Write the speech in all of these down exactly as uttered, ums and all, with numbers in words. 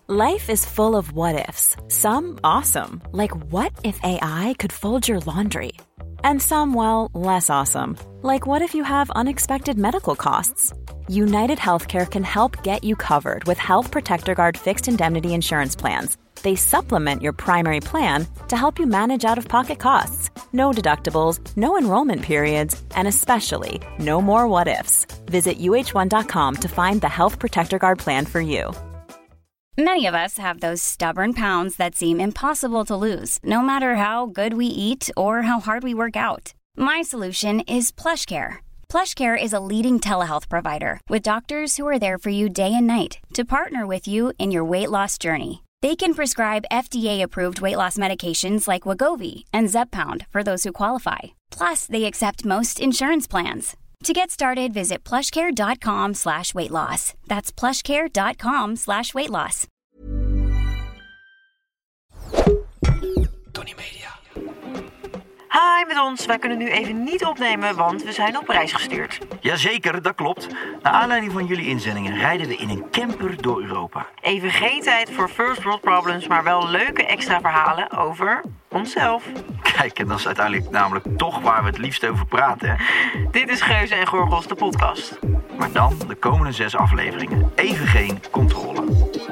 Life is full of what-ifs. Some awesome, like what if A I could fold your laundry? And some, well, less awesome, like what if you have unexpected medical costs? United Healthcare can help get you covered with Health Protector Guard fixed indemnity insurance plans. They supplement your primary plan to help you manage out-of-pocket costs. No deductibles, no enrollment periods, and especially no more what-ifs. Visit U H one dot com to find the Health Protector Guard plan for you. Many of us have those stubborn pounds that seem impossible to lose, no matter how good we eat or how hard we work out. My solution is PlushCare. PlushCare is a leading telehealth provider with doctors who are there for you day and night to partner with you in your weight loss journey. They can prescribe F D A-approved weight loss medications like Wegovy and Zepbound for those who qualify. Plus, they accept most insurance plans. To get started, visit plushcare.com slash weight loss. That's plushcare.com slash weight loss. Tony Media. Hi met ons, wij kunnen nu even niet opnemen, want we zijn op reis gestuurd. Jazeker, dat klopt. Naar aanleiding van jullie inzendingen rijden we in een camper door Europa. Even geen tijd voor first world problems, maar wel leuke extra verhalen over onszelf. Kijk, en dat is uiteindelijk namelijk toch waar we het liefst over praten, hè? Dit is Geuze en Gorgels, de podcast. Maar dan de komende zes afleveringen. Even geen controle.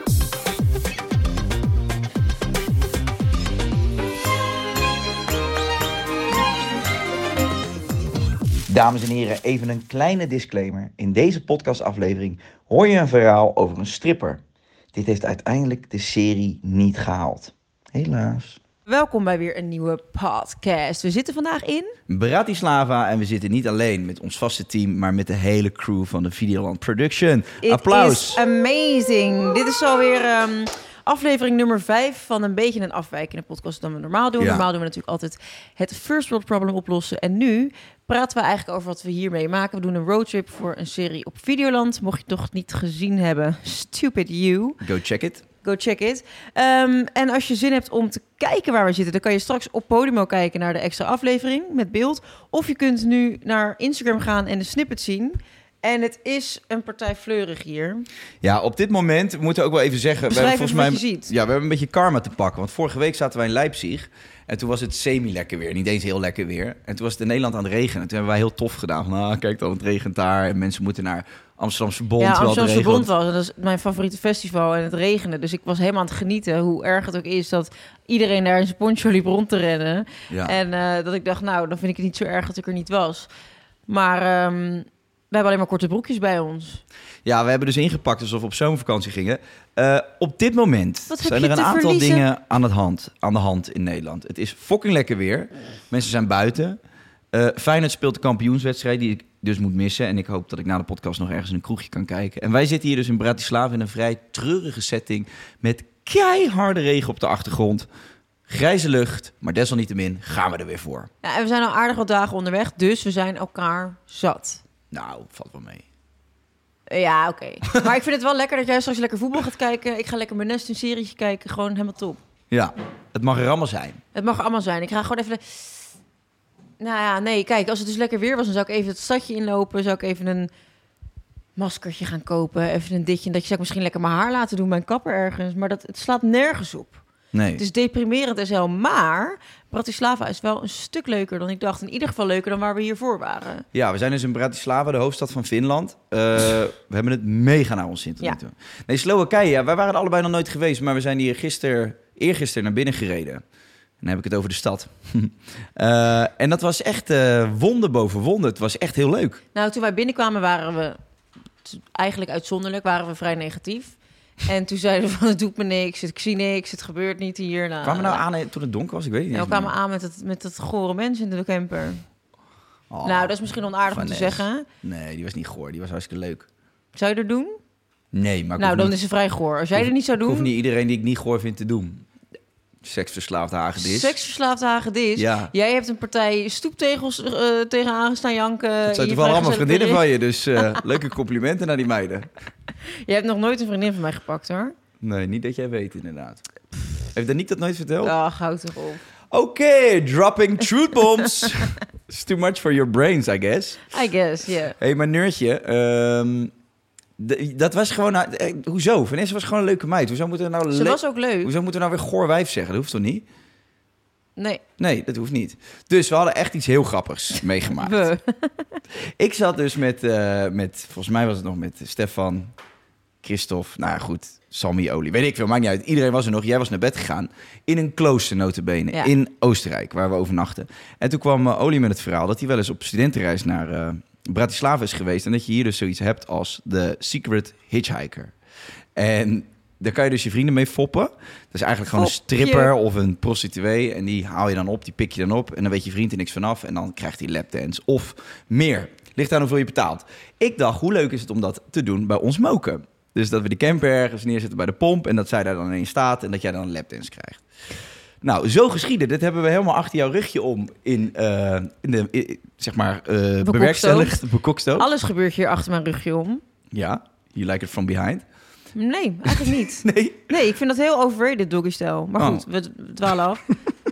Dames en heren, even een kleine disclaimer. In deze podcastaflevering hoor je een verhaal over een stripper. Dit heeft uiteindelijk de serie niet gehaald. Helaas. Welkom bij weer een nieuwe podcast. We zitten vandaag in Bratislava en we zitten niet alleen met ons vaste team, maar met de hele crew van de Videoland Production. It Applaus. Is amazing. Dit is alweer um, aflevering nummer vijf van een beetje een afwijkende podcast dan we normaal doen. Ja. Normaal doen we natuurlijk altijd het first world problem oplossen. En nu praten we eigenlijk over wat we hiermee maken. We doen een roadtrip voor een serie op Videoland. Mocht je het toch niet gezien hebben, stupid you. Go check it. Go check it. Um, en als je zin hebt om te kijken waar we zitten, dan kan je straks op Podimo kijken naar de extra aflevering met beeld. Of je kunt nu naar Instagram gaan en de snippet zien. En het is een partij fleurig hier. Ja, op dit moment we moeten we ook wel even zeggen. We hebben volgens mij, wat je ziet. Ja, we hebben een beetje karma te pakken. Want vorige week zaten wij in Leipzig. En toen was het semi-lekker weer. Niet eens heel lekker weer. En toen was het in Nederland aan het regenen. Toen hebben wij heel tof gedaan. Van, nou, kijk dan, het regent daar. En mensen moeten naar Amsterdamse Bond. Ja, Amsterdamse Bond was. was. En dat is mijn favoriete festival. En het regende. Dus ik was helemaal aan het genieten. Hoe erg het ook is dat iedereen daar in zijn poncho liep rond te rennen. Ja. En uh, dat ik dacht, nou, dan vind ik het niet zo erg dat ik er niet was. Maar um, we hebben alleen maar korte broekjes bij ons. Ja, we hebben dus ingepakt alsof we op zomervakantie gingen. Uh, op dit moment Wat zijn heb er je een te aantal verliezen? dingen aan, het hand, aan de hand in Nederland. Het is fucking lekker weer. Mensen zijn buiten. Uh, Feyenoord speelt de kampioenswedstrijd die ik dus moet missen. En ik hoop dat ik na de podcast nog ergens in een kroegje kan kijken. En wij zitten hier dus in Bratislava in een vrij treurige setting met keiharde regen op de achtergrond. Grijze lucht, maar desalniettemin gaan we er weer voor. Ja, en we zijn al aardig wat dagen onderweg, dus we zijn elkaar zat. Nou, valt wel mee. Ja, oké. Okay. Maar ik vind het wel lekker dat jij straks lekker voetbal gaat kijken. Ik ga lekker mijn nest een serietje kijken. Gewoon helemaal top. Ja, het mag er allemaal zijn. Het mag er allemaal zijn. Ik ga gewoon even... De... Nou ja, nee, kijk, als het dus lekker weer was, dan zou ik even het stadje inlopen. Zou ik even een maskertje gaan kopen. Even een ditje. En dat je zou ik misschien lekker mijn haar laten doen bij een kapper ergens. Maar dat, het slaat nergens op. Nee. Het is deprimerend en zo. Maar Bratislava is wel een stuk leuker dan ik dacht. In ieder geval leuker dan waar we hiervoor waren. Ja, we zijn dus in Bratislava, de hoofdstad van Finland. Uh, we hebben het mega naar ons zin tot nu toe. Nee, Slowakije, ja, wij waren er allebei nog nooit geweest. Maar we zijn hier gisteren, eergisteren naar binnen gereden. En dan heb ik het over de stad. uh, en dat was echt uh, wonder boven wonder. Het was echt heel leuk. Nou, toen wij binnenkwamen waren we... Eigenlijk uitzonderlijk waren we vrij negatief. En toen zeiden we van, het doet me niks, ik zie niks, het gebeurt niet hier. Nou, kwamen we nou aan toen het donker was? Ik weet het niet. Ja, we kwamen aan met het, met het gore mens in de camper. Oh, nou, dat is misschien onaardig om te zeggen. Nee, die was niet goor, die was hartstikke leuk. Zou je er doen? Nee, maar... Nou, dan niet, is het vrij goor. Als jij hoef, er niet zou doen... Ik hoef niet iedereen die ik niet goor vind te doen. Seksverslaafde hagedis. Seksverslaafde hagedis. Ja. Jij hebt een partij stoeptegels uh, tegenaan gestaan janken. Het zijn toevallig allemaal vriendinnen van je, dus uh, leuke complimenten naar die meiden. Je hebt nog nooit een vriendin van mij gepakt, hoor. Nee, niet dat jij weet, inderdaad. Heeft Danique dat nooit verteld? Ja, oh, houd toch op. Oké, okay, dropping truth bombs. It's too much for your brains, I guess. I guess, yeah. Hé, hey, maar Neurtje, um, De, dat was gewoon... Nou, eh, hoezo? Vanessa was gewoon een leuke meid. Hoezo moeten we nou... Ze le- was ook leuk. Hoezo moeten we nou weer goor wijf zeggen? Dat hoeft toch niet? Nee. Nee, dat hoeft niet. Dus we hadden echt iets heel grappigs meegemaakt. We. Ik zat dus met, uh, met... Volgens mij was het nog met Stefan, Christophe... Nou ja, goed, Sammy, Oli. Weet ik veel, maakt niet uit. Iedereen was er nog. Jij was naar bed gegaan. In een klooster, nota bene. Ja. In Oostenrijk, waar we overnachten. En toen kwam uh, Oli met het verhaal... dat hij wel eens op studentenreis naar uh, Bratislava is geweest... en dat je hier dus zoiets hebt als de Secret Hitchhiker. En... Daar kan je dus je vrienden mee foppen. Dat is eigenlijk gewoon Fopje. een stripper of een prostituee. En die haal je dan op, die pik je dan op. En dan weet je vriend er niks vanaf. En dan krijgt hij lapdance of meer. Ligt aan hoeveel je betaalt. Ik dacht, hoe leuk is het om dat te doen bij ons moken? Dus dat we de camper ergens neerzetten bij de pomp. En dat zij daar dan in staat. En dat jij dan een lapdance krijgt. Nou, zo geschieden. Dit hebben we helemaal achter jouw rugje om in, uh, in de, in, zeg maar, uh, bewerkstelligd. Bekokstoofd. Alles gebeurt hier achter mijn rugje om. Ja, you like it from behind. Nee, eigenlijk niet. Nee. Nee, ik vind dat heel overrated, doggy-stijl. Maar goed, Oh. we dwalen af.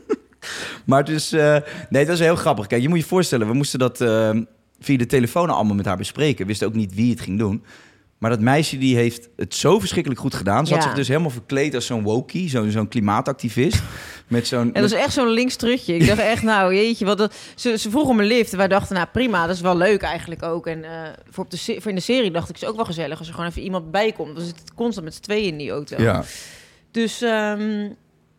Maar dus, uh, nee, dat is heel grappig. Kijk, je moet je voorstellen, we moesten dat uh, via de telefoon allemaal met haar bespreken. We wisten ook niet wie het ging doen. Maar dat meisje die heeft het zo verschrikkelijk goed gedaan. Ze had Ja. zich dus helemaal verkleed als zo'n wokie, zo'n, zo'n klimaatactivist. Met zo'n... En dat is echt zo'n links trutje. Ik dacht echt, nou jeetje, wat dat... Ze, ze vroeg om een lift en wij dachten, nou prima, dat is wel leuk eigenlijk ook. En uh, voor, op de, se- voor in de serie dacht ik, is ook wel gezellig als er gewoon even iemand bij komt. Dan zit het constant met z'n tweeën in die auto. Ja. Dus um,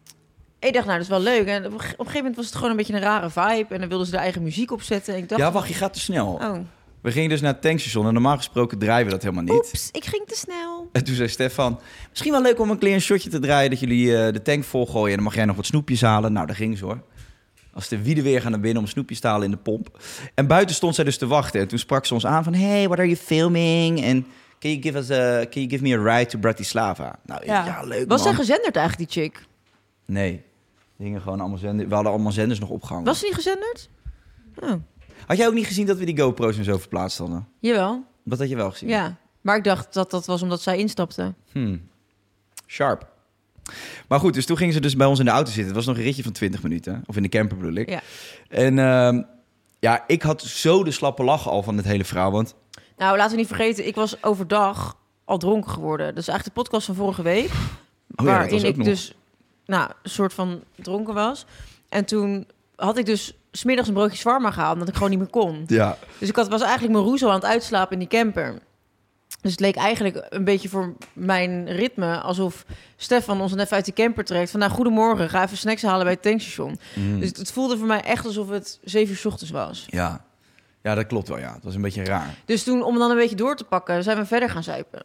ik dacht, nou dat is wel leuk. En op een ge- op een gegeven moment was het gewoon een beetje een rare vibe. En dan wilden ze de eigen muziek opzetten. En ik dacht, ja, wacht, je gaat te snel. oh, We gingen dus naar het tankstation en normaal gesproken draaien we dat helemaal niet. oeps, ik ging te snel. En toen zei Stefan, misschien wel leuk om een klein shotje te draaien... dat jullie uh, de tank volgooien en dan mag jij nog wat snoepjes halen. Nou, daar ging ze hoor. Als de wieden weer gaan naar binnen om snoepjes te halen in de pomp. En buiten stond zij dus te wachten. En toen sprak ze ons aan van... Hey, what are you filming? En can you give, us a, can you give me a ride to Bratislava? Nou, ja, ja leuk Was man. zij gezenderd eigenlijk, die chick? Nee, er hingen gewoon allemaal zenders. We hadden allemaal zenders nog opgehangen. Was ze niet gezenderd? Oh, Had jij ook niet gezien dat we die GoPro's en zo verplaatst hadden? jawel. Dat had je wel gezien? Ja, maar ik dacht dat dat was omdat zij instapte. Hmm. Sharp. Maar goed, dus toen gingen ze dus bij ons in de auto zitten. Het was nog een ritje van twintig minuten. Of in de camper bedoel ik. Ja. En uh, ja, ik had zo de slappe lach al van het hele verhaal. Want Nou, laten we niet vergeten, ik was overdag al dronken geworden. Dat is eigenlijk de podcast van vorige week. Oh ja, dat waarin was ook ik nog. dus nou, een soort van dronken was. En toen had ik dus 's middags een broodje shawarma gehaald, omdat ik gewoon niet meer kon. Ja. Dus ik had, was eigenlijk mijn roezel aan het uitslapen in die camper. Dus het leek eigenlijk een beetje voor mijn ritme alsof Stefan ons dan even uit die camper trekt. Van nou, goedemorgen, ga even snacks halen bij het tankstation. Mm. Dus het, het voelde voor mij echt alsof het zeven uur 's ochtends was. Ja. Ja, dat klopt wel, ja. Het was een beetje raar, Dus toen, om dan een beetje door te pakken, zijn we verder gaan zuipen.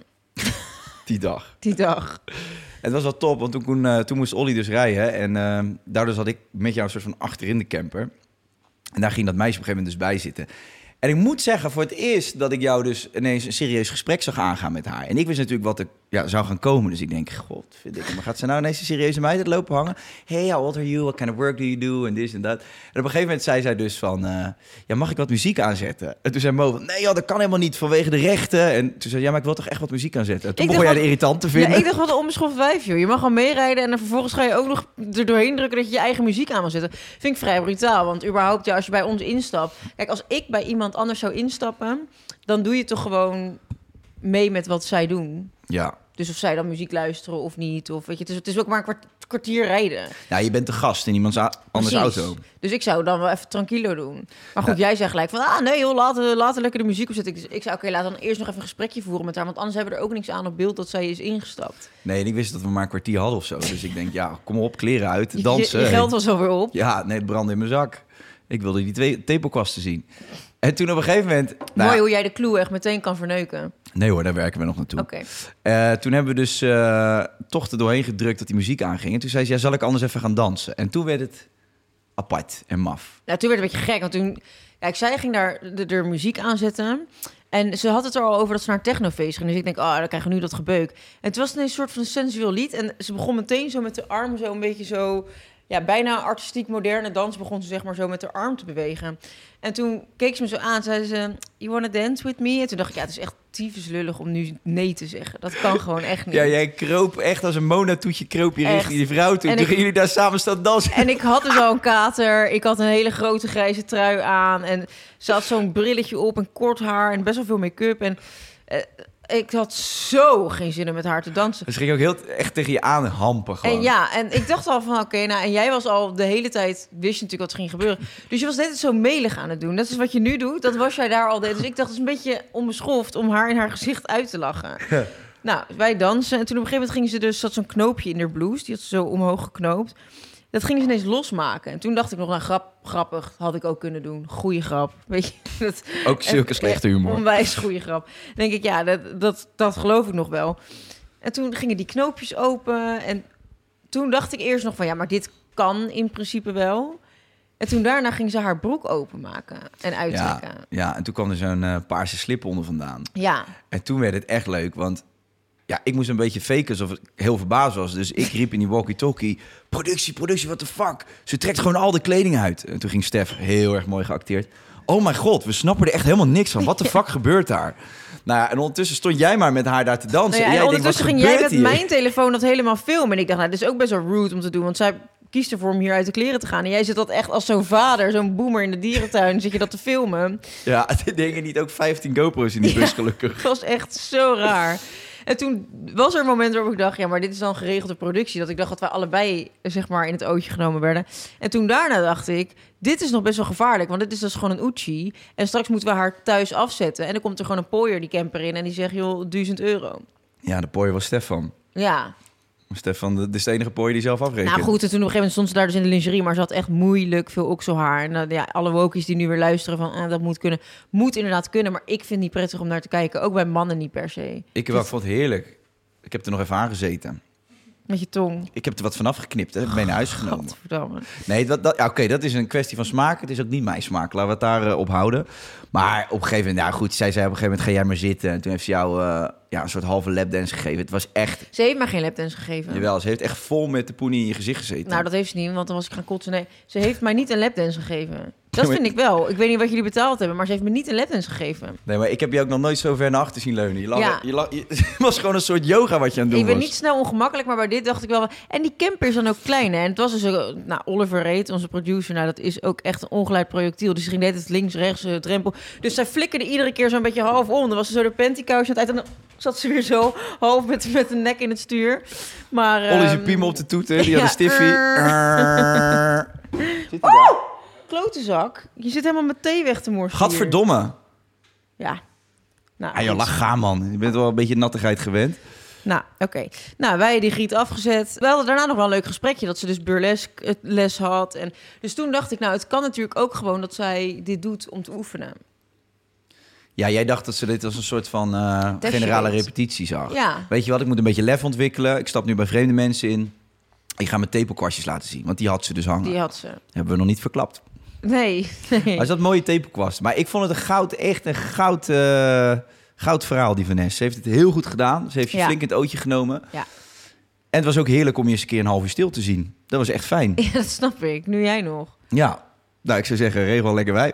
die dag. Die dag. Het was wel top, want toen, kon, uh, toen moest Olly dus rijden. En uh, daardoor zat ik met jou een soort van achterin de camper. En daar ging dat meisje op een gegeven moment dus bij zitten. En ik moet zeggen, voor het eerst dat ik jou dus ineens een serieus gesprek zag aangaan met haar. En ik wist natuurlijk wat er ja, zou gaan komen. Dus ik denk, god, vind ik, maar gaat ze nou ineens een serieuze meid het lopen hangen? Hey, how old are you? What kind of work do you do? En dit en dat. En op een gegeven moment zei zij dus van, uh, ja, mag ik wat muziek aanzetten? En toen zei Mo van, nee, joh, dat kan helemaal niet vanwege de rechten. En toen zei ja, maar ik wil toch echt wat muziek aanzetten. En toen Ik begon jij dacht de irritant te vinden. Ja, ik dacht, wat een onbeschoft wijf, joh. Je mag gewoon meerijden en dan vervolgens ga je ook nog er doorheen drukken dat je je eigen muziek aan mag zetten. Vind ik vrij brutaal, want überhaupt, ja, als je bij ons instapt... Kijk, als ik bij iemand anders zou instappen, dan doe je toch gewoon mee met wat zij doen. Ja. Dus of zij dan muziek luisteren of niet. Of, weet je, het, is, het is ook maar een kwart, kwartier rijden. Ja, je bent de gast in iemands a- anders Precies. auto. Dus ik zou dan wel even tranquilo doen. Maar goed, jij zegt gelijk van... ah nee joh, laten, laten lekker de muziek opzetten. Dus ik zou, oké, okay, laten dan eerst nog even een gesprekje voeren met haar. Want anders hebben we er ook niks aan op beeld dat zij is ingestapt. Nee, en ik wist dat we maar een kwartier hadden of zo. Dus ik denk, ja, kom op, kleren uit, Je, dansen. je, je geld was alweer op. Ja, nee, het brandde in mijn zak. Ik wilde die twee tepelkwasten zien. En toen op een gegeven moment... Nou, Mooi hoe jij de clue echt meteen kan verneuken. nee hoor, daar werken we nog naartoe. Oké. Okay. Uh, toen hebben we dus uh, toch er doorheen gedrukt dat die muziek aanging. En toen zei ze, ja, zal ik anders even gaan dansen? En toen werd het apart en maf. Nou, toen werd het een beetje gek. Want toen... Kijk, zij ging daar de, de muziek aanzetten. En ze had het er al over dat ze naar een technofeest ging. Dus ik denk, oh, dan krijgen we nu dat gebeuk. En het was een soort van sensueel lied. En ze begon meteen zo met de arm zo een beetje zo... Ja, bijna artistiek moderne dans begon ze zeg maar zo met haar arm te bewegen. En toen keek ze me zo aan en zei ze... You wanna dance with me? En toen dacht ik, ja, het is echt tyfus lullig om nu nee te zeggen. Dat kan gewoon echt niet. Ja, jij kroop echt als een Mona-toetje, kroop je Echt. richting die vrouw toe. En Toen ik- gingen jullie daar samen staan dansen. En ik had dus al een kater. Ik had een hele grote grijze trui aan. En ze had zo'n brilletje op en kort haar en best wel veel make-up. En uh, ik had zo geen zin om met haar te dansen. Dus ging ook heel echt tegen je aan hampen gewoon. En ja, en ik dacht al van, oké, okay, nou, en jij was al de hele tijd, wist je natuurlijk wat er ging gebeuren. Dus je was net zo melig aan het doen. Dat is wat je nu doet, dat was jij daar al deed. Dus ik dacht, het is een beetje onbeschoft om haar in haar gezicht uit te lachen. Nou, wij dansen. En toen op een gegeven moment ging ze dus, zat zo'n knoopje in haar blouse. Die had ze zo omhoog geknoopt. Dat ging ze ineens losmaken. En toen dacht ik nog, nou, grap, grappig, had ik ook kunnen doen. Goeie grap. Weet je, dat, ook zulke slechte humor. Onwijs goede grap. Dan denk ik, ja, dat, dat, dat geloof ik nog wel. En toen gingen die knoopjes open. En toen dacht ik eerst nog van, ja, maar dit kan in principe wel. En toen daarna ging ze haar broek openmaken en uittrekken. Ja, ja, en toen kwam er zo'n uh, paarse slip onder vandaan. Ja. En toen werd het echt leuk, want ja, ik moest een beetje faken alsof ik heel verbaasd was. Dus ik riep in die walkie-talkie, productie, productie, what the fuck? Ze trekt gewoon al de kleding uit. En toen ging Stef, heel erg mooi geacteerd. Oh mijn god, we snappen er echt helemaal niks van. What the fuck gebeurt daar? Nou ja, en ondertussen stond jij maar met haar daar te dansen. Nou ja, en, en jij ondertussen denkt, ging jij met met mijn telefoon dat helemaal filmen. En ik dacht, nou, dit is ook best wel rude om te doen. Want zij kiest ervoor om hier uit de kleren te gaan. En jij zit dat echt als zo'n vader, zo'n boomer in de dierentuin, zit je dat te filmen. Ja, er dingen niet ook vijftien GoPro's in die bus, gelukkig. Het was echt zo raar. En toen was er een moment waarop ik dacht, ja, maar dit is dan geregelde productie. Dat ik dacht dat wij allebei, zeg maar, in het ootje genomen werden. En toen daarna dacht ik, dit is nog best wel gevaarlijk. Want dit is dus gewoon een Uchi. En straks moeten we haar thuis afzetten. En dan komt er gewoon een pooier die camper in en die zegt, joh, duizend euro. Ja, de pooier was Stefan. Ja. Stefan, dat is de enige pooier die zelf afrekent. Nou goed, en toen op een gegeven moment stond ze daar dus in de lingerie, maar ze had echt moeilijk veel okselhaar. En uh, ja, alle wokies die nu weer luisteren van, ah, dat moet kunnen. Moet inderdaad kunnen, maar ik vind het niet prettig om naar te kijken. Ook bij mannen niet per se. Ik wel, ik vond het heerlijk. Ik heb er nog even aangezeten. Met je tong. Ik heb er wat vanaf geknipt, hè. Ik ben naar huis genomen. Godverdamme. Nee, dat, dat, ja, oké, okay, dat is een kwestie van smaak. Het is ook niet mijn smaak. Laten we het daar uh, op houden. Maar op een gegeven moment, ja goed, zij zei op een gegeven moment, ga jij maar zitten. En toen heeft ze jou uh, ja, een soort halve lapdance gegeven. Het was echt... Ze heeft maar geen lapdance gegeven. Jawel, ze heeft echt vol met de poenie in je gezicht gezeten. Nou, dat heeft ze niet, want dan was ik gaan kotsen. Nee, ze heeft mij niet een lapdance gegeven. Dat vind ik wel. Ik weet niet wat jullie betaald hebben, maar ze heeft me niet een lapdance gegeven. Nee, maar ik heb je ook nog nooit zo ver naar achter zien leunen. Je lag, Ja. je lag, je, het was gewoon een soort yoga wat je aan het doen Ik ben was. niet snel ongemakkelijk, maar bij dit dacht ik wel... En die camper is dan ook klein, hè? En het was dus... Ook, nou, Oliver Reed, onze producer, nou, dat is ook echt een ongeleid projectiel. Dus ze ging net het links, rechts, uh, drempel. Dus zij flikkerde iedere keer zo'n beetje half om. Dan was ze zo de pantykousje aan het uit en dan zat ze weer zo half met, met de nek in het stuur. Maar... Ollie zijn um, piemel op de toeten, die had ja, een stiffie. uh. Zit hij daar? Klotenzak, je zit helemaal met thee weg te morsen. Gadverdomme. Ja. Nou, Ah joh, goed. lach ga man. Je bent wel een beetje nattigheid gewend. Nou, oké. Okay. Nou, wij die griet afgezet. We hadden daarna nog wel een leuk gesprekje, dat ze dus burlesque les had. En dus toen dacht ik, nou, het kan natuurlijk ook gewoon dat zij dit doet om te oefenen. Ja, jij dacht dat ze dit als een soort van uh, Testje generale deed. repetitie zag. Ja. Weet je wat, ik moet een beetje lef ontwikkelen. Ik stap nu bij vreemde mensen in. Ik ga mijn tepelkwastjes laten zien, want die had ze dus hangen. Die had ze. Hebben we nog niet verklapt. Nee. nee. Maar ze had mooie tepelkwast. Maar ik vond het een goud, echt een goud, uh, goud verhaal, die Vanessa. Ze heeft het heel goed gedaan. Ze heeft je Ja. flink in het ootje genomen. Ja. En het was ook heerlijk om je eens een keer een half uur stil te zien. Dat was echt fijn. Ja, dat snap ik. Nu jij nog. Ja. Nou, ik zou zeggen, regel wel lekker wij.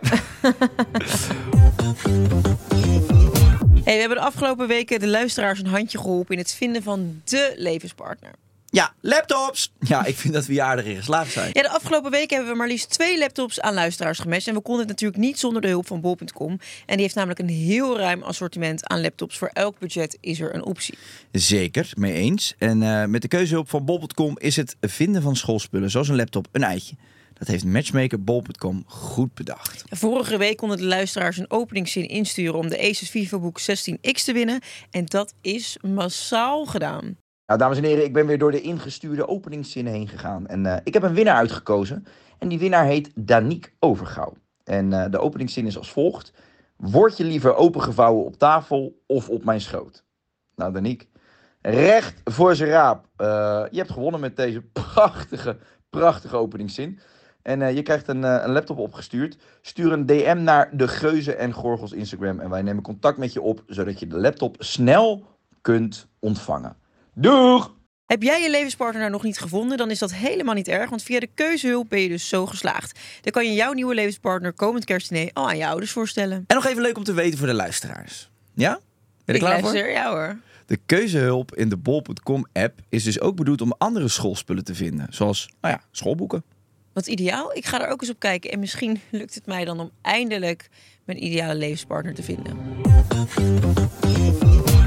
Hey, we hebben de afgelopen weken de luisteraars een handje geholpen in het vinden van de levenspartner. Ja, laptops! Ja, ik vind dat we hier aardig in geslaagd zijn. Ja, de afgelopen weken hebben we maar liefst twee laptops aan luisteraars gematcht. En we konden het natuurlijk niet zonder de hulp van bol punt com. En die heeft namelijk een heel ruim assortiment aan laptops. Voor elk budget is er een optie. Zeker, mee eens. En uh, met de keuzehulp van bol punt com is het vinden van schoolspullen, zoals een laptop, een eitje. Dat heeft matchmaker bol punt com goed bedacht. Vorige week konden de luisteraars een openingszin insturen om de Asus VivoBook zestien X te winnen. En dat is massaal gedaan. Nou, dames en heren, ik ben weer door de ingestuurde openingszinnen heen gegaan. En uh, ik heb een winnaar uitgekozen. En die winnaar heet Daniek Overgouw. En uh, de openingszin is als volgt. Word je liever opengevouwen op tafel of op mijn schoot? Nou, Daniek, recht voor zijn raap. Uh, je hebt gewonnen met deze prachtige, prachtige openingszin. En uh, je krijgt een, uh, een laptop opgestuurd. Stuur een D M naar de Geuzen en Gorgels Instagram. En wij nemen contact met je op, zodat je de laptop snel kunt ontvangen. Doeg! Heb jij je levenspartner nou nog niet gevonden, dan is dat helemaal niet erg. Want via de keuzehulp ben je dus zo geslaagd. Dan kan je jouw nieuwe levenspartner komend kerstdiner al aan je ouders voorstellen. En nog even leuk om te weten voor de luisteraars. Ja? Ben je er klaar voor? luister, ja hoor. De keuzehulp in de bol punt com app is dus ook bedoeld om andere schoolspullen te vinden. Zoals, nou ja, schoolboeken. Wat ideaal. Ik ga er ook eens op kijken. En misschien lukt het mij dan om eindelijk mijn ideale levenspartner te vinden.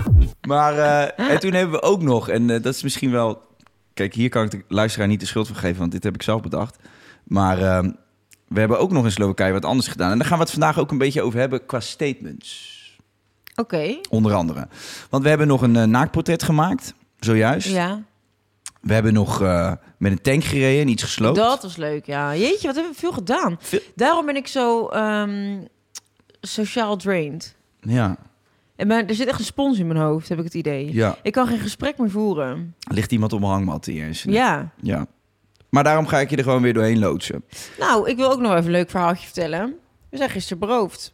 Maar uh, en toen hebben we ook nog, en uh, dat is misschien wel... Kijk, hier kan ik de luisteraar niet de schuld van geven, want dit heb ik zelf bedacht. Maar uh, we hebben ook nog in Slowakije wat anders gedaan. En daar gaan we het vandaag ook een beetje over hebben qua statements. Oké. Okay. Onder andere. Want we hebben nog een uh, naaktportret gemaakt, zojuist. Ja. We hebben nog uh, met een tank gereden en iets gesloopt. Dat was leuk, ja. Jeetje, wat hebben we veel gedaan. Veel... Daarom ben ik zo um, sociaal drained. Ja. En maar, er zit echt een spons in mijn hoofd, heb ik het idee. Ja. Ik kan geen gesprek meer voeren. Ligt iemand op mijn hangmat eerst? Ja. Ja. Maar daarom ga ik je er gewoon weer doorheen loodsen. Nou, ik wil ook nog even een leuk verhaaltje vertellen. We zijn gisteren beroofd.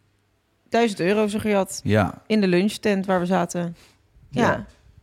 Duizend euro zo gejat. Ja. In de lunchtent waar we zaten. Ja. ja.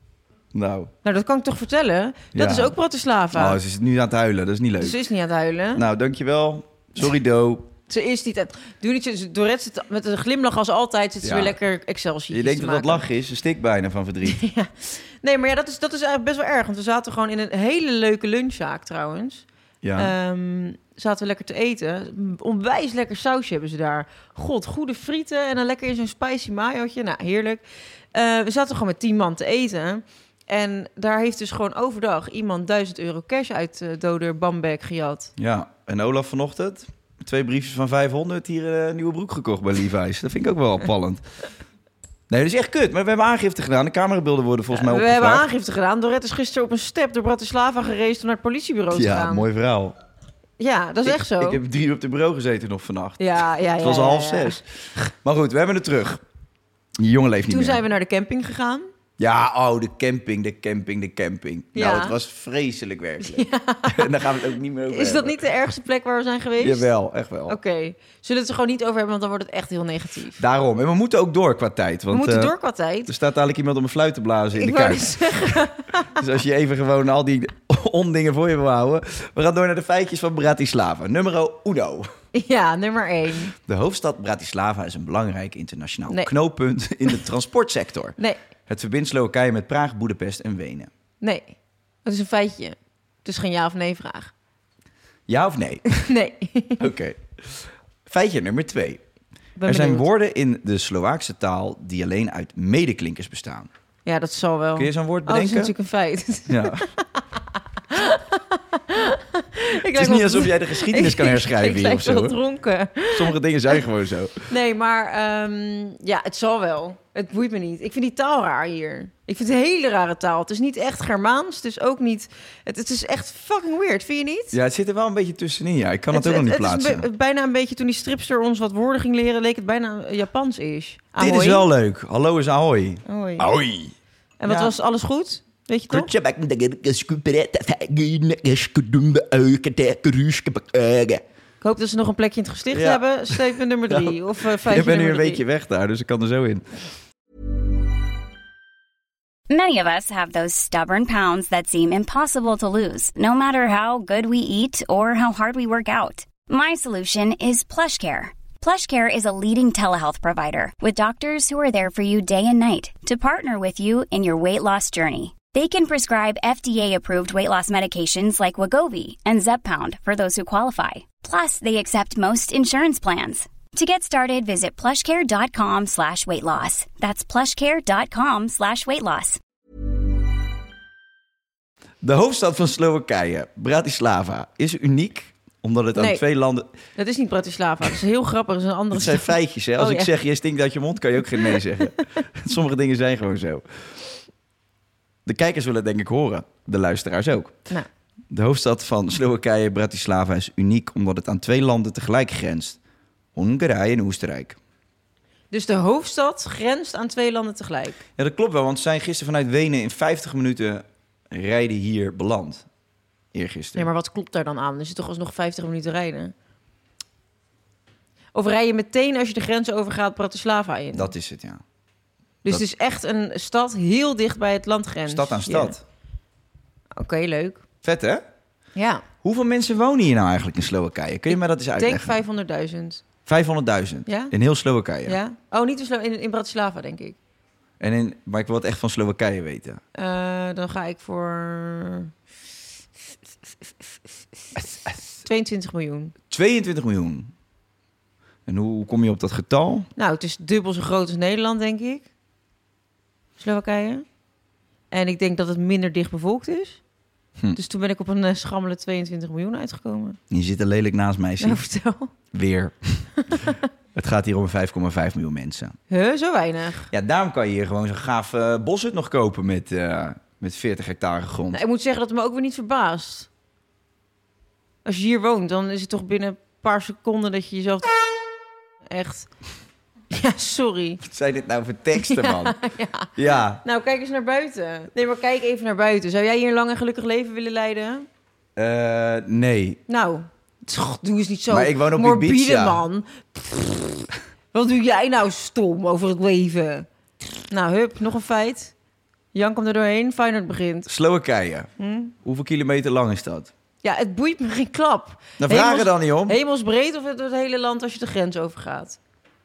Nou. Nou, dat kan ik toch vertellen? Dat ja. is ook Bratislava. Oh, ze is nu aan het huilen. Dat is niet leuk. Ze is niet aan het huilen. Nou, dankjewel. Sorry, Do. Ze is niet aan... Doe niet zo... Dorette zit met een glimlach als altijd. Zit ze ja. weer lekker Excel-sheetjes. Je denkt dat dat lachen is? Ze stikt bijna van verdriet. ja. Nee, maar ja, dat is, dat is eigenlijk best wel erg. Want we zaten gewoon in een hele leuke lunchzaak trouwens. Ja. Um, zaten we lekker te eten. Onwijs lekker sausje hebben ze daar. God, goede frieten. En dan lekker in zo'n spicy mayootje. Nou, heerlijk. Uh, we zaten gewoon met tien man te eten. En daar heeft dus gewoon overdag iemand duizend euro cash uit de uh, Doder Bamberg gejat. Ja, en Olaf vanochtend... Twee briefjes van vijfhonderd, hier een uh, nieuwe broek gekocht bij Levi's. Dat vind ik ook wel opvallend. Nee, dat is echt kut. Maar we hebben aangifte gedaan. De camerabeelden worden volgens ja, mij we opgevraagd. We hebben aangifte gedaan. Dorette is gisteren op een step door Bratislava gereisd om naar het politiebureau ja, te gaan. Ja, mooi verhaal. Ja, dat is ik, echt zo. Ik heb drie uur op het bureau gezeten nog vannacht. Ja, ja, Het was ja, half ja, ja. zes. Maar goed, we hebben het terug. Die jongen leeft niet Toen meer. zijn we naar de camping gegaan. Ja, oh, de camping, de camping, de camping. Ja. Nou, het was vreselijk werkelijk. Ja. En daar gaan we het ook niet meer over Is dat hebben. niet de ergste plek waar we zijn geweest? Jawel, echt wel. Oké. Okay. Zullen we het er gewoon niet over hebben, want dan wordt het echt heel negatief. Daarom. En we moeten ook door qua tijd. Want, we moeten uh, door qua tijd. Er staat dadelijk iemand om een fluit te blazen in Ik de kuip. Dus als je even gewoon al die ondingen voor je wil houden. We gaan door naar de feitjes van Bratislava. Numero uno. Ja, nummer één. De hoofdstad Bratislava is een belangrijk internationaal nee. knooppunt in de transportsector. Nee. Het verbindt Slowakije met Praag, Boedapest en Wenen. Nee, dat is een feitje. Het is geen ja of nee vraag. Ja of nee? Nee. Oké. Okay. Feitje nummer twee. Ben er zijn benieuwd. woorden in de Slovaakse taal die alleen uit medeklinkers bestaan. Ja, dat zal wel. Kun je zo'n woord Oh, dat is bedenken? natuurlijk een feit. Ja. Ik het is niet alsof jij de geschiedenis kan herschrijven ik, hier ik of zo. wel dronken. Sommige dingen zijn gewoon zo. Nee, maar um, ja, het zal wel. Het boeit me niet. Ik vind die taal raar hier. Ik vind het een hele rare taal. Het is niet echt Germaans. Het is ook niet... Het, het is echt fucking weird. Vind je niet? Ja, het zit er wel een beetje tussenin. Ja, ik kan het, het ook nog niet het plaatsen. Het is be- bijna een beetje... Toen die stripster ons wat woorden ging leren... leek het bijna Japans is. Dit is wel leuk. Hallo is ahoy. Ahoy. Ahoy. En wat ja. was alles goed? Weet je toch? Ik hoop dat ze nog een plekje in het gesticht ja. hebben. Statement nummer drie. Nou, of uh, feitje ik ben nu een drie. weekje weg daar, dus ik kan er zo in. Many of us have those stubborn pounds that seem impossible to lose, no matter how good we eat or how hard we work out. My solution is PlushCare. PlushCare is a leading telehealth provider with doctors who are there for you day and night to partner with you in your weight loss journey. They can prescribe F D A-approved weight loss medications like Wegovy and Zepbound for those who qualify. Plus, they accept most insurance plans. To get started, visit plushcare.com slash weight loss. That's plushcare.com slash weight loss. De hoofdstad van Slowakije, Bratislava, is uniek omdat het nee, aan twee landen... Dat is niet Bratislava. Dat is heel grappig. Dat is een andere Het zijn stad. feitjes, hè? Als oh, ik ja. zeg, je stinkt uit je mond, kan je ook geen nee zeggen. Sommige dingen zijn gewoon zo. De kijkers willen het denk ik horen. De luisteraars ook. Nou. De hoofdstad van Slowakije, Bratislava, is uniek omdat het aan twee landen tegelijk grenst. Hongarije en Oostenrijk. Dus de hoofdstad grenst aan twee landen tegelijk? Ja, dat klopt wel, want ze zijn gisteren vanuit Wenen in vijftig minuten rijden hier beland. Eergisteren. Nee, maar wat klopt daar dan aan? Is het toch alsnog vijftig minuten rijden? Of rij je meteen als je de grens overgaat Bratislava in? Dat is het, ja. Dus dat... het is echt een stad heel dicht bij het landgrens. Stad aan stad. Ja. Oké, okay, leuk. Vet, hè? Ja. Hoeveel mensen wonen hier nou eigenlijk in Slowakije? Kun je mij dat eens uitleggen? Ik denk vijfhonderdduizend. vijfhonderdduizend? Ja? In heel Slowakije? Ja. Oh, niet in, Slo- in, in Bratislava, denk ik. En in, maar ik wil het echt van Slowakije weten. Uh, dan ga ik voor... tweeëntwintig miljoen. tweeëntwintig miljoen. En hoe kom je op dat getal? Nou, het is dubbel zo groot als Nederland, denk ik. Slowakije. En ik denk dat het minder dicht bevolkt is. Hm. Dus toen ben ik op een uh, schammele tweeëntwintig miljoen uitgekomen. Je zit er lelijk naast mij, zie. Nou, vertel. Weer. Het gaat hier om vijf komma vijf miljoen mensen. Huh, zo weinig. Ja, daarom kan je hier gewoon zo'n gaaf uh, boshut nog kopen met, uh, met veertig hectare grond. Nou, ik moet zeggen dat het me ook weer niet verbaast. Als je hier woont, dan is het toch binnen een paar seconden dat je jezelf... Echt... Ja, sorry. Wat zijn dit nou voor teksten, man? Ja. Ja. Nou, kijk eens naar buiten. Nee, maar kijk even naar buiten. Zou jij hier een lang en gelukkig leven willen leiden? Uh, nee. Nou, toch, doe eens niet zo Maar ik woon op morbide, Ibiza. man. Pff, wat doe jij nou stom over het leven? Nou, hup, nog een feit. Jan komt er doorheen, Feyenoord begint. Slowakije. Hm? Hoeveel kilometer lang is dat? Ja, het boeit me geen klap. Dan vragen Hemels- dan niet om. Hemelsbreed of het, het hele land als je de grens overgaat?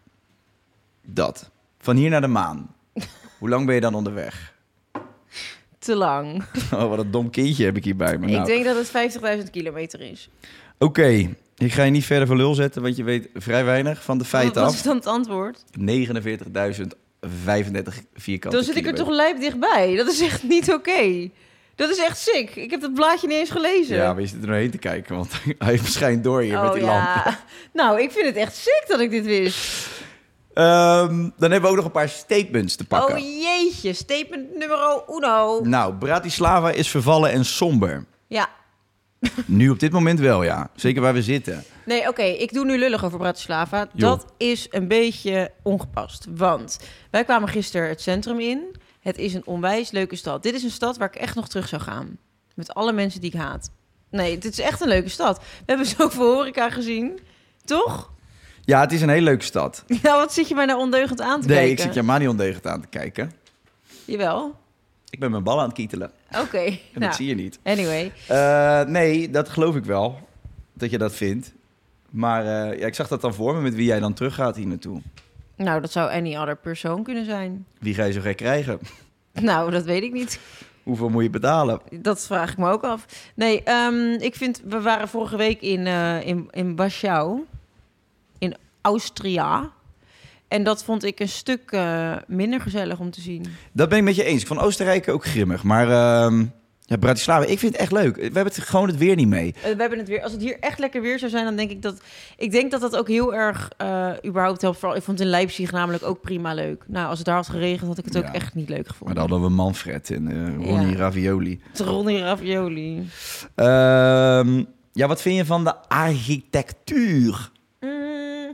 Dat. Van hier naar de maan. Hoe lang ben je dan onderweg? Te lang. Oh, wat een dom kindje heb ik hier bij me. Ik Nou. denk dat het vijftigduizend kilometer is. Oké, okay. Ik ga je niet verder voor lul zetten, want je weet vrij weinig van de feiten Wat af. is dan het antwoord? negenenveertigduizend vijfendertig vierkante Dan zit ik er kilometer. toch lijp dichtbij. Dat is echt niet oké. Dat is echt sick. Ik heb dat blaadje niet eens gelezen. Ja, maar je zit er doorheen te kijken, want hij verschijnt door hier oh, met die ja. lampen. Nou, ik vind het echt sick dat ik dit wist. Um, dan hebben we ook nog een paar statements te pakken. Oh jeetje, statement nummer uno. Nou, Bratislava is vervallen en somber. Ja. Nu op dit moment wel, ja. Zeker waar we zitten. Nee, oké, okay, ik doe nu lullig over Bratislava. Jo. Dat is een beetje ongepast. Want wij kwamen gisteren het centrum in. Het is een onwijs leuke stad. Dit is een stad waar ik echt nog terug zou gaan. Met alle mensen die ik haat. Nee, dit is echt een leuke stad. We hebben zoveel horeca gezien. Toch? Ja, het is een hele leuke stad. Nou, wat zit je mij nou ondeugend aan te Nee, kijken? ik zit je maar niet ondeugend aan te kijken. Jawel. Ik ben mijn bal aan het kietelen. Oké. Okay, En nou, dat zie je niet. Anyway. Uh, nee, dat geloof ik wel. Dat je dat vindt. Maar uh, ja, ik zag dat dan voor me met wie jij dan teruggaat hier naartoe. Nou, dat zou any other persoon kunnen zijn. Wie ga je zo gek krijgen? Nou, dat weet ik niet. Hoeveel moet je betalen? Dat vraag ik me ook af. Nee, um, ik vind... We waren vorige week in, uh, in, in Warschau. In Austria. En dat vond ik een stuk uh, minder gezellig om te zien. Dat ben ik met je eens. Ik vond Oostenrijk ook grimmig. Maar uh, ja, Bratislava, ik vind het echt leuk. We hebben het gewoon het weer niet mee. Uh, we hebben het weer. Als het hier echt lekker weer zou zijn, dan denk ik dat... Ik denk dat dat ook heel erg uh, überhaupt helpt. Vooral, ik vond het in Leipzig namelijk ook prima leuk. Nou, als het daar had geregend, had ik het ook Ja. echt niet leuk gevonden. Maar dan hadden we Manfred en uh, Ronnie Ja. Ravioli. Ronnie Ravioli. Uh, ja, wat vind je van de architectuur? Mm.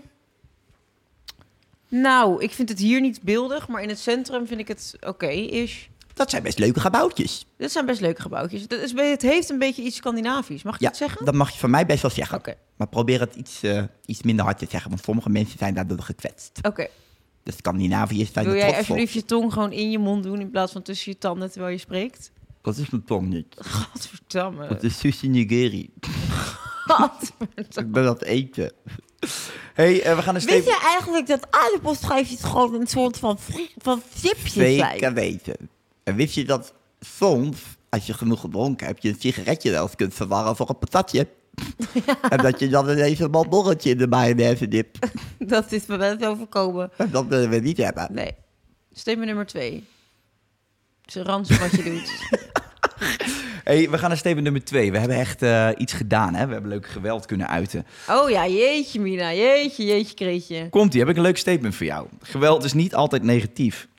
Nou, ik vind het hier niet beeldig, maar in het centrum vind ik het oké-ish. Dat zijn best leuke gebouwtjes. Dit zijn best leuke gebouwtjes. Dat is, het heeft een beetje iets Scandinavisch. Mag ik Ja, dat zeggen? dat mag je van mij best wel zeggen. Oké, Maar probeer het iets, uh, iets minder hard te zeggen, want sommige mensen zijn daardoor gekwetst. oké. De Scandinaviërs zijn Wil er jij trots op. alsjeblieft je tong gewoon in je mond doen in plaats van tussen je tanden terwijl je spreekt? Dat is mijn tong niet. Godverdamme. Dat is sushi nigiri. Godverdamme. Ik ben aan het eten. hey, uh, we gaan een Weet steven... je eigenlijk dat aardappelschijfjes gewoon een soort van, fri- van chipjes Zeker zijn? weten. En wist je dat soms, als je genoeg gedronken hebt, je een sigaretje wel eens kunt verwarren voor een patatje? En dat je dan ineens een borreltje in de mayonaise dipt. Dat is me wel eens overkomen. En dat willen we niet hebben. Nee. Statement nummer twee. Het is ranzig wat je doet. Hey, we gaan naar statement nummer twee. We hebben echt uh, iets gedaan, hè? We hebben leuk geweld kunnen uiten. Oh ja, jeetje Mina. Jeetje, jeetje Kreetje. Komt-ie, heb ik een leuk statement voor jou. Geweld is niet altijd negatief.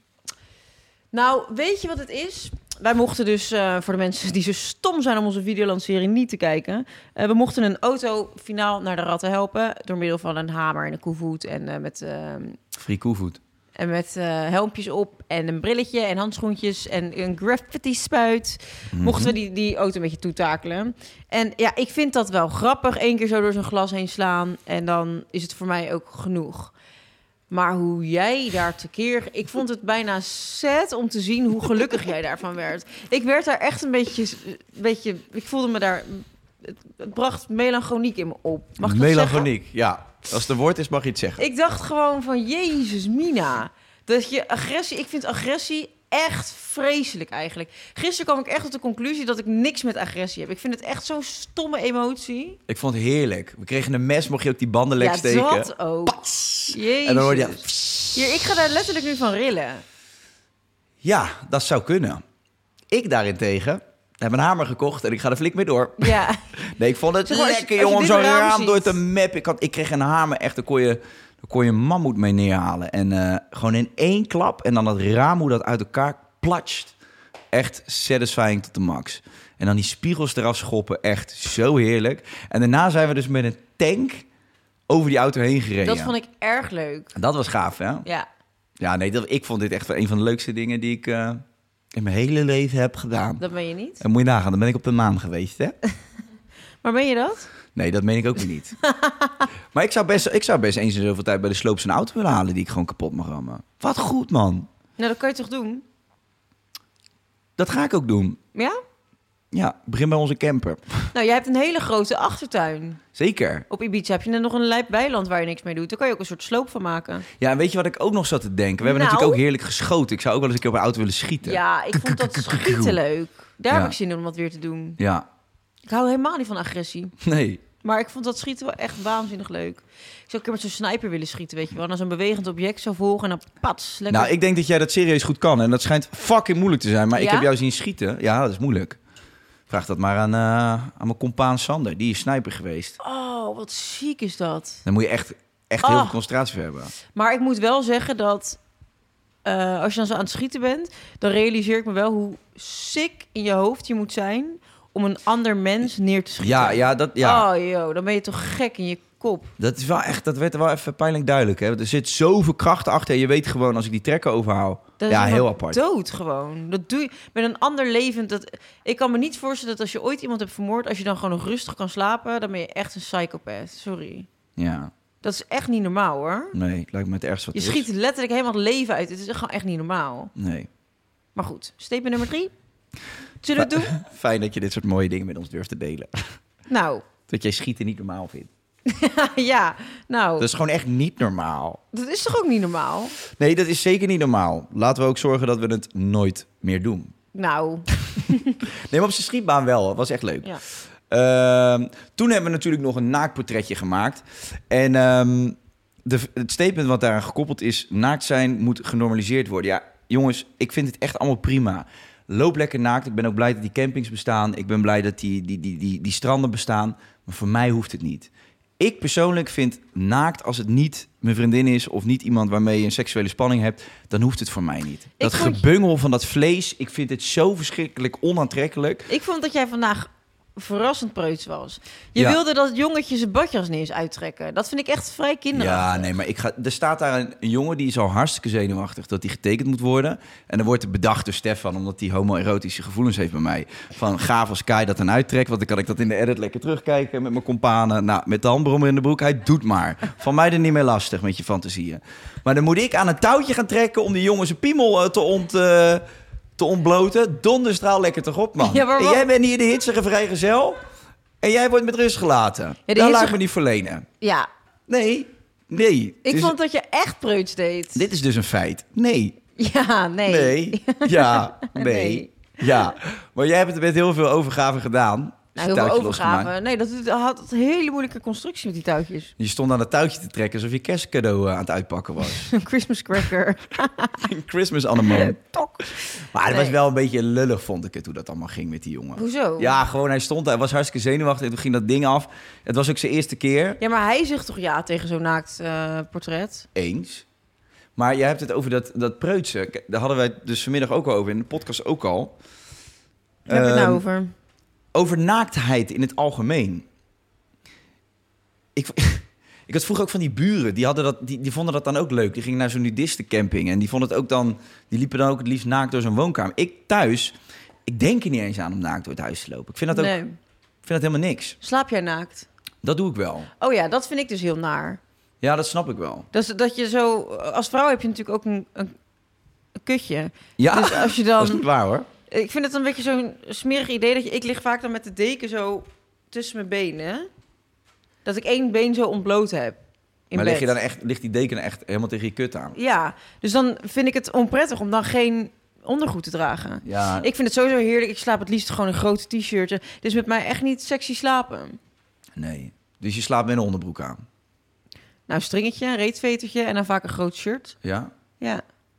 Nou, weet je wat het is? Wij mochten dus, uh, voor de mensen die zo stom zijn om onze videolancering niet te kijken... Uh, we mochten een auto finaal naar de ratten helpen... door middel van een hamer en een koevoet en uh, met... Uh, Free koevoet. En met uh, helmpjes op en een brilletje en handschoentjes en een graffiti-spuit... Mm-hmm. mochten we die, die auto een beetje toetakelen. En ja, ik vind dat wel grappig. Eén keer zo door zo'n glas heen slaan en dan is het voor mij ook genoeg. Maar hoe jij daar tekeer... Ik vond het bijna sad om te zien hoe gelukkig jij daarvan werd. Ik werd daar echt een beetje... Een beetje ik voelde me daar... Het bracht melancholiek in me op. Mag ik dat Melancholiek, ja. Als het een woord is, mag je het zeggen. Ik dacht gewoon van, Jezus Mina. Dat je agressie... Ik vind agressie echt vreselijk eigenlijk. Gisteren kwam ik echt tot de conclusie dat ik niks met agressie heb. Ik vind het echt zo'n stomme emotie. Ik vond het heerlijk. We kregen een mes, mocht je ook die banden lek steken. Ja, dat ook. Jezus. En dan hoorde je... Hier, ik ga daar letterlijk nu van rillen. Ja, dat zou kunnen. Ik daarentegen heb een hamer gekocht en ik ga er flink mee door. Ja. Nee, ik vond het Zeg maar, als je- lekker, als je jongen, dit zo'n raam raam ziet. door te map. Ik, had, ik kreeg een hamer, echt, daar kon je, daar kon je een mammoet mee neerhalen. En uh, gewoon in één klap en dan dat raam, hoe dat uit elkaar platscht. Echt satisfying tot de max. En dan die spiegels eraf schoppen, echt zo heerlijk. En daarna zijn we dus met een tank over die auto heen gereden. Dat vond ik erg leuk. Dat was gaaf, hè? Ja. Ja, nee, dat, ik vond dit echt wel een van de leukste dingen die ik uh, in mijn hele leven heb gedaan. Dat ben je niet. En moet je nagaan, dan ben ik op de maan geweest, hè? Maar ben je dat? Nee, dat meen ik ook weer niet. Maar ik zou, best, ik zou best eens in zoveel tijd bij de sloop zo'n auto willen halen die ik gewoon kapot mag rammen. Wat goed, man. Nou, dat kan je toch doen? Dat ga ik ook doen. Ja? Ja, begin bij onze camper. Nou, jij hebt een hele grote achtertuin. Zeker. Op Ibiza heb je dan nog een lijp weiland waar je niks mee doet. Daar kan je ook een soort sloop van maken. Ja, en weet je wat ik ook nog zat te denken? We hebben Nou? natuurlijk ook heerlijk geschoten. Ik zou ook wel eens een keer op een auto willen schieten. Ja, ik vond dat schieten leuk. Daar Ja. heb ik zin in om wat weer te doen. Ja. Ik hou helemaal niet van agressie. Nee. Maar ik vond dat schieten wel echt waanzinnig leuk. Ik zou een keer met zo'n sniper willen schieten, weet je wel. En dan zo'n bewegend object zo volgen en dan pats. Lekker. Nou, ik denk dat jij dat serieus goed kan. En dat schijnt fucking moeilijk te zijn. Maar ik Ja? heb jou zien schieten. Ja, dat is moeilijk. Vraag dat maar aan, uh, aan mijn compaan Sander. Die is sniper geweest. Oh, wat ziek is dat. Dan moet je echt, echt heel Oh. veel concentratie voor hebben. Maar ik moet wel zeggen dat uh, als je dan zo aan het schieten bent, dan realiseer ik me wel hoe sick in je hoofd je moet zijn om een ander mens neer te schieten. Ja, ja, dat, ja. Oh, joh, dan ben je toch gek in je kop. Dat is wel echt, dat werd wel even pijnlijk duidelijk. Hè? Er zit zoveel kracht achter. En je weet gewoon, als ik die trekker overhaal. Dat Ja, is heel helemaal apart. dood gewoon. Dat doe je met een ander levend. Dat, ik kan me niet voorstellen dat als je ooit iemand hebt vermoord, als je dan gewoon nog rustig kan slapen, dan ben je echt een psychopath. Sorry. Ja, Dat is echt niet normaal, hoor. nee, lijkt me het ergste wat Je er is. schiet letterlijk helemaal het leven uit. Het is gewoon echt niet normaal. Nee. Maar goed, statement nummer drie. Zullen we het doen? Fijn dat je dit soort mooie dingen met ons durft te delen. Nou, Dat jij schieten niet normaal vindt. ja. Nou, Dat is gewoon echt niet normaal. dat is toch ook niet normaal? Nee, dat is zeker niet normaal. Laten we ook zorgen dat we het nooit meer doen. Nou, Nee, maar op zijn schietbaan wel. Het was echt leuk. ja. Ehm, toen hebben we natuurlijk nog een naaktportretje gemaakt. En ehm, de, het statement wat daaraan gekoppeld is, naakt zijn moet genormaliseerd worden. Ja, jongens, ik vind het echt allemaal prima. Loop lekker naakt. Ik ben ook blij dat die campings bestaan. Ik ben blij dat die, die, die, die, die stranden bestaan. Maar voor mij hoeft het niet. Ik persoonlijk vind naakt, als het niet mijn vriendin is of niet iemand waarmee je een seksuele spanning hebt, dan hoeft het voor mij niet. Dat vond- gebungel van dat vlees, ik vind het zo verschrikkelijk onaantrekkelijk. Ik vond dat jij vandaag verrassend preuts was. Je Ja. wilde dat het jongetje zijn badjas niet eens uittrekken. Dat vind ik echt vrij kinderachtig. Ja, nee, maar ik ga, er staat daar een, een jongen die is al hartstikke zenuwachtig dat hij getekend moet worden. En dan wordt er bedacht door Stefan, omdat hij homoerotische gevoelens heeft bij mij. Van gaaf als Kai dat dan uittrekt, want dan kan ik dat in de edit lekker terugkijken met mijn companen. Nou, met de handbrommer in de broek, hij doet maar. Van mij er niet meer lastig met je fantasieën. Maar dan moet ik aan een touwtje gaan trekken om die jongen zijn piemel eh, te ont... eh, te ontbloten. Donderstraal lekker toch op, man. Ja, maar en wat- jij bent hier de hitsige vrijgezel en jij wordt met rust gelaten. de dat laat ik hitsige- me niet verlenen. Ja, Nee, nee. ik Het is- vond dat je echt preuts deed. Dit is dus een feit. Nee. Ja, nee. Nee. Ja. Nee. Nee. Ja. Maar jij hebt het met heel veel overgave gedaan. Nou, Is heel het veel touwtje overgave. losgemaakt. Nee, dat had een hele moeilijke constructie met die touwtjes. Je stond aan het touwtje te trekken alsof je kerstcadeau eh, aan het uitpakken was. Een Christmas cracker. Een Christmas anemoon. Tok. Maar het Nee. was wel een beetje lullig, vond ik het, hoe dat allemaal ging met die jongen. Hoezo? Ja, gewoon hij stond, hij was hartstikke zenuwachtig en toen ging dat ding af. Het was ook zijn eerste keer. Ja, maar hij zegt toch ja tegen zo'n naakt eh, portret? Eens. Maar jij hebt het over dat, dat preutsen. Kijk, daar hadden wij het dus vanmiddag ook al over, in de podcast ook al. Waar hebben we het nou Ehm, over? Over naaktheid in het algemeen. Ik, ik had vroeger ook van die buren, die, hadden dat, die, die vonden dat dan ook leuk. Die gingen naar zo'n nudistencamping en die vonden het ook dan, die liepen dan ook het liefst naakt door zo'n woonkamer. Ik thuis, ik denk er niet eens aan om naakt door het huis te lopen. Ik vind dat ook, Nee. ik vind dat helemaal niks. Slaap jij naakt? Dat doe ik wel. Oh ja, dat vind ik dus heel naar. Ja, dat snap ik wel. Dat, is- dat je zo... Als vrouw heb je natuurlijk ook een, een, een kutje. Ja, Dus als je dat is dan... niet waar hoor. Ik vind het een beetje zo'n smerig idee dat je... Ik lig vaak dan met de deken zo tussen mijn benen. Dat ik één been zo ontbloot heb. In Maar bed. lig je dan echt, ligt die deken echt helemaal tegen je kut aan? Ja, dus dan vind ik het onprettig om dan geen ondergoed te dragen. Ja, Ik vind het sowieso heerlijk. Ik slaap het liefst gewoon een grote t-shirtje. Dus met mij echt niet sexy slapen. nee. Dus je slaapt met een onderbroek aan? Nou, stringetje, een reetvetertje en dan vaak een groot shirt. Ja? Ja.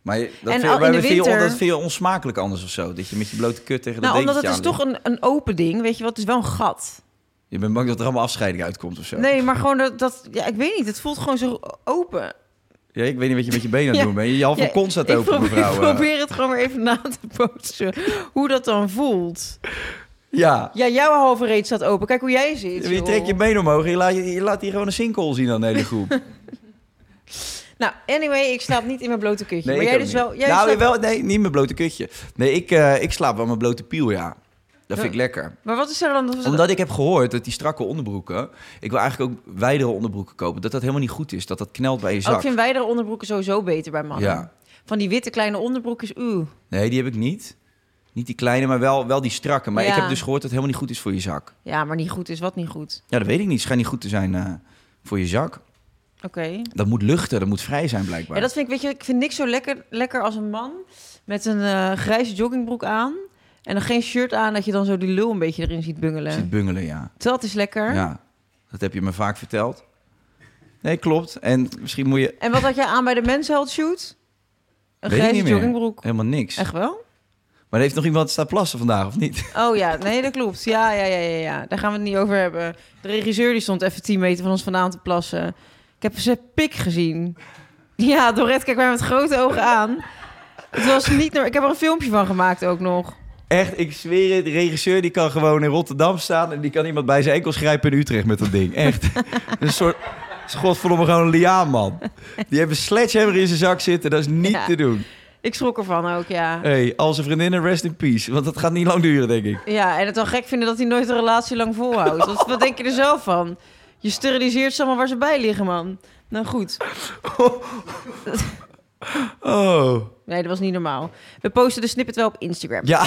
Maar je, dat, En vind, al je, in de vind je, on- winter- dat vind je onsmakelijk anders of zo? Dat je met je blote kut tegen Nou, dat omdat dekentje het is aan toch een, een open ding, weet je wat? Het is wel een gat. Je bent bang dat er allemaal afscheiding uitkomt of zo? Nee, maar gewoon dat, dat... Ja, ik weet niet. Het voelt gewoon zo open. Ja, ik weet niet wat je met je benen aan het Ja. doen bent. Je halve Ja, kont staat ik open, probeer, mevrouw. Ik eh. probeer het gewoon weer even na te posten. Hoe dat dan voelt. Ja. Ja, jouw halve reet staat open. Kijk hoe jij zit. Je joh. trekt je been omhoog en je laat, je, je laat hier gewoon een sinkhole zien aan de hele groep. Nou, anyway, ik slaap niet in mijn blote kutje. Nee, maar ik jij ook dus niet. wel... Jij nou, slaapt- wel, nee, niet mijn blote kutje. Nee, ik, uh, ik slaap wel mijn blote piel, ja. Dat vind ik lekker. Maar wat is er dan... Omdat ik heb gehoord dat die strakke onderbroeken... Ik wil eigenlijk ook wijdere onderbroeken kopen. Dat dat helemaal niet goed is. Dat dat knelt bij je Oh, zak. ik vind wijdere onderbroeken sowieso beter bij mannen. Ja. Van die witte kleine onderbroekjes, oeh. Nee, die heb ik niet. Niet die kleine, maar wel, wel die strakke. Maar Ja. ik heb dus gehoord dat het helemaal niet goed is voor je zak. Ja, maar niet goed is wat niet goed. Ja, dat weet ik niet. Het schijnt niet goed te zijn uh, voor je zak. Oké. Dat moet luchten, dat moet vrij zijn blijkbaar. Ja, dat vind ik, weet je, ik vind niks zo lekker, lekker als een man met een uh, grijze joggingbroek aan en dan geen shirt aan, dat je dan zo die lul een beetje erin ziet bungelen. Zit bungelen, ja. Dat is lekker. Ja, dat heb je me vaak verteld. Nee, klopt. En misschien moet je... En wat had jij aan bij de Men's Health shoot? Een Weet ik grijze niet meer. joggingbroek. Helemaal niks. Echt wel? Maar er heeft nog iemand staan plassen vandaag, of niet? Oh ja, nee, dat klopt. Ja, ja, ja, ja, ja. Daar gaan we het niet over hebben. De regisseur die stond even tien meter van ons vandaan te plassen. Ik heb zijn pik gezien. Ja, Dorette kijkt mij met grote ogen aan. Het was niet... Ik heb er een filmpje van gemaakt ook nog. Echt, ik zweer het. De regisseur die kan gewoon in Rotterdam staan... en die kan iemand bij zijn enkels grijpen in Utrecht met dat ding. Echt. Een soort... Het is godverdomme gewoon een liaan, man. Die heeft een sledgehammer in zijn zak zitten. Dat is niet Ja. te doen. Ik schrok ervan ook, ja. Hey, al zijn vriendinnen, rest in peace. Want dat gaat niet lang duren, denk ik. Ja, en het wel gek vinden dat hij nooit een relatie lang volhoudt. Wat, wat denk je er zelf van? Je steriliseert ze allemaal waar ze bij liggen, man. Nou goed. Oh. Nee, dat was niet normaal. We posten de snippet wel op Instagram. Ja.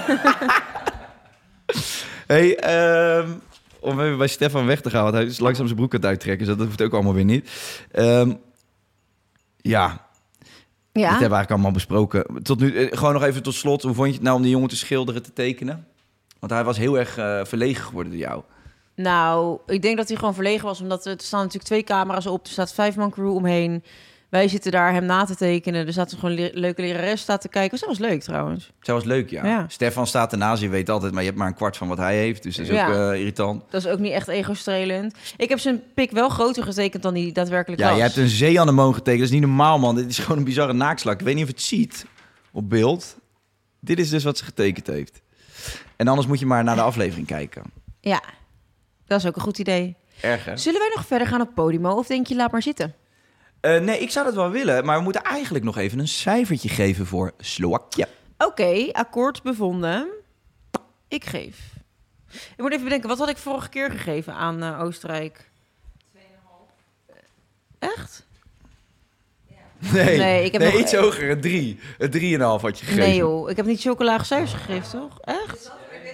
Hey, ehm, om even bij Stefan weg te gaan, want hij is langzaam zijn broek aan het uittrekken, dus dat hoeft ook allemaal weer niet. Ehm, ja, Ja? dat hebben we eigenlijk allemaal besproken. Tot nu, eh, gewoon nog even tot slot, hoe vond je het nou om die jongen te schilderen, te tekenen? Want hij was heel erg uh, verlegen geworden door jou. Nou, ik denk dat hij gewoon verlegen was, omdat er er staan natuurlijk twee camera's op. Er staat vijf man crew omheen. Wij zitten daar hem na te tekenen. Er staat er gewoon een le- leuke lerares staat te kijken. Dat was leuk trouwens. Zij was leuk, ja. Ja. Stefan staat ernaast, je weet altijd, maar je hebt maar een kwart van wat hij heeft. Dus dat is Ja. ook uh, irritant. Dat is ook niet echt ego-strelend. Ik heb zijn pik wel groter getekend dan die daadwerkelijk Ja, was. je hebt een zeeanemoon getekend. Dat is niet normaal, man. Dit is gewoon een bizarre naakslak. Ik weet niet of je het ziet op beeld. Dit is dus wat ze getekend heeft. En anders moet je maar naar de aflevering kijken. Ja, dat is ook een goed idee. Erg, hè? Zullen wij nog verder gaan op Podimo of denk je laat maar zitten? Uh, nee, ik zou dat wel willen. Maar we moeten eigenlijk nog even een cijfertje geven voor Slovakia. Oké, akkoord bevonden. Ik geef. Ik moet even bedenken, wat had ik vorige keer gegeven aan uh, Oostenrijk? twee komma vijf. Echt? Nee, Nee, ik heb nee nog- iets hoger. Een drie. Een drieënhalf had je gegeven. Nee joh, ik heb niet zulke lage cijfers gegeven, toch? Echt?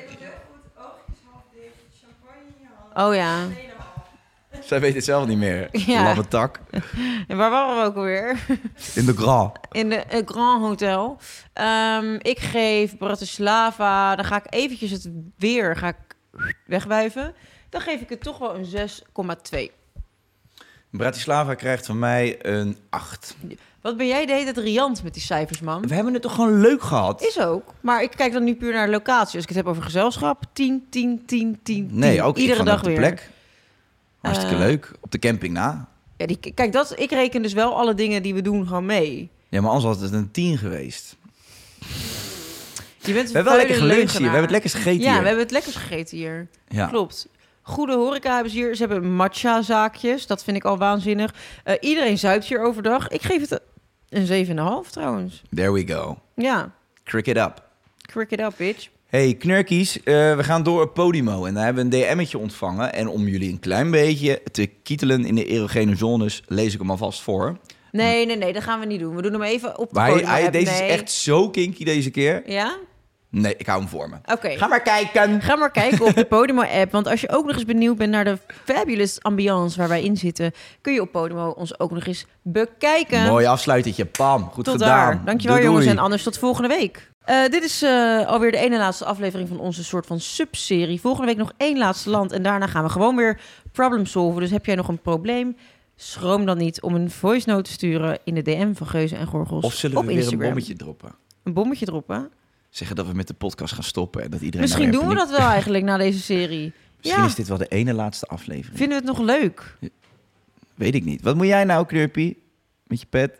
Oh ja. Zij weet het zelf niet meer. Ja. Lamme tak. En waar waren we ook alweer? In de Grand. In de uh, Grand Hotel. Um, ik geef Bratislava, dan ga ik eventjes het weer ga ik wegwuiven. Dan geef ik het toch wel een zes komma twee. Bratislava krijgt van mij een acht. Wat ben jij de hele tijd riant met die cijfers, man? We hebben het toch gewoon leuk gehad? Is ook. Maar ik kijk dan nu puur naar de locatie. Als ik het heb over gezelschap, tien, tien, tien, tien, Nee, tien. ook ik iedere vond dag op de weer. plek. Hartstikke Uh, leuk. Op de camping na. Ja, die, kijk, dat, ik reken dus wel alle dingen die we doen gewoon mee. Ja, maar anders was het een tien geweest. Je bent We hebben wel lekker geluncht hier. We hebben het lekkers gegeten Ja, hier. we hebben het lekkers gegeten hier. Ja. Klopt. Goede horeca hebben ze hier. Ze hebben matcha-zaakjes. Dat vind ik al waanzinnig. Uh, iedereen zuipt hier overdag. Ik geef het een zeven komma vijf trouwens. There we go. Ja, Crick it up. crick it up, bitch. Hey, knurkies. Uh, we gaan door op Podimo. En daar hebben we een D M'tje ontvangen. En om jullie een klein beetje te kietelen in de erogene zones, lees ik hem alvast voor. Nee, nee, nee, dat gaan we niet doen. We doen hem even op de Maar hij, Podimo hij- app. deze Nee. is echt zo kinky deze keer. Ja? Nee, ik hou hem voor me. Oké. Ga maar kijken. Ga maar kijken op de Podimo-app. Want als je ook nog eens benieuwd bent naar de fabulous ambiance waar wij in zitten, kun je op Podimo ons ook nog eens bekijken. Mooi afsluitertje. Pam. Goed Tot gedaan. daar. Dankjewel Doei, jongens doei. en anders tot volgende week. Uh, dit is uh, alweer de ene laatste aflevering van onze soort van subserie. Volgende week nog één laatste land en daarna gaan we gewoon weer problem solven. Dus heb jij nog een probleem? Schroom dan niet om een voice note te sturen in de D M van Geuze en Gorgels Of zullen op we weer Instagram. een bommetje droppen? Een bommetje droppen? Zeggen dat we met de podcast gaan stoppen en dat iedereen... Misschien nou doen we weer dat wel eigenlijk na deze serie. Misschien Ja. is dit wel de ene laatste aflevering. Vinden we het nog leuk? Weet ik niet. Wat moet jij nou, Knurpie? Met je pet?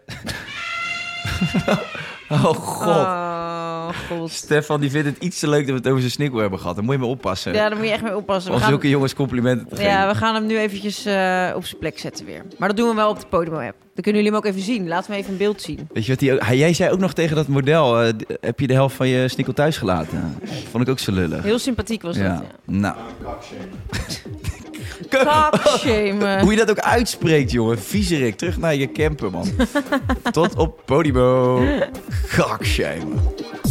Oh, god. Oh, god. Stefan, die vindt het iets te leuk dat we het over zijn snikkel hebben gehad. Daar moet je mee oppassen. Ja, daar moet je echt mee oppassen. We Of gaan, zulke jongens complimenten te geven. ja, we gaan hem nu eventjes uh, op zijn plek zetten weer. Maar dat doen we wel op de Podimo-app. Dan kunnen jullie hem ook even zien. Laten we even een beeld zien. Weet je wat hij ook... Hij, jij zei ook nog tegen dat model... Uh, d- heb je de helft van je snikkel thuis gelaten? Vond ik ook zo lullig. Heel sympathiek was dat. Ja. Ja. Nou. Kakshamen. Hoe je dat ook uitspreekt, jongen. Viezerik. Terug naar je camper, man. Tot op Podimo. Kakshamen.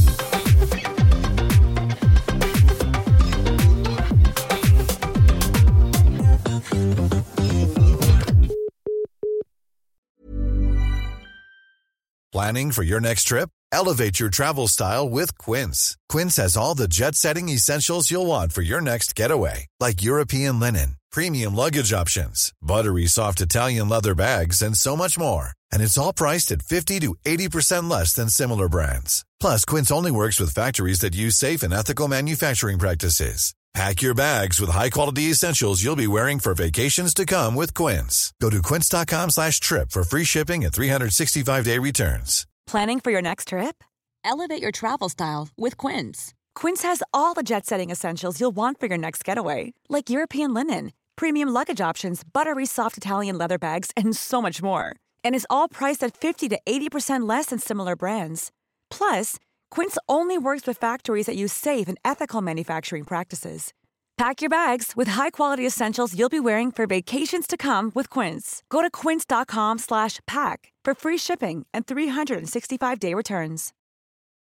Planning for your next trip? Elevate your travel style with Quince. Quince has all the jet-setting essentials you'll want for your next getaway, like European linen, premium luggage options, buttery soft Italian leather bags, and so much more. And it's all priced at fifty to eighty percent less than similar brands. Plus, Quince only works with factories that use safe and ethical manufacturing practices. Pack your bags with high-quality essentials you'll be wearing for vacations to come with Quince. Go to quince.com slash trip for free shipping and three sixty-five day returns. Planning for your next trip? Elevate your travel style with Quince. Quince has all the jet-setting essentials you'll want for your next getaway, like European linen, premium luggage options, buttery soft Italian leather bags, and so much more. And is all priced at fifty to eighty percent less than similar brands. Plus, Quince only works with factories that use safe and ethical manufacturing practices. Pack your bags with high-quality essentials you'll be wearing for vacations to come with Quince. Go to quince.com slash pack for free shipping and three sixty-five day returns.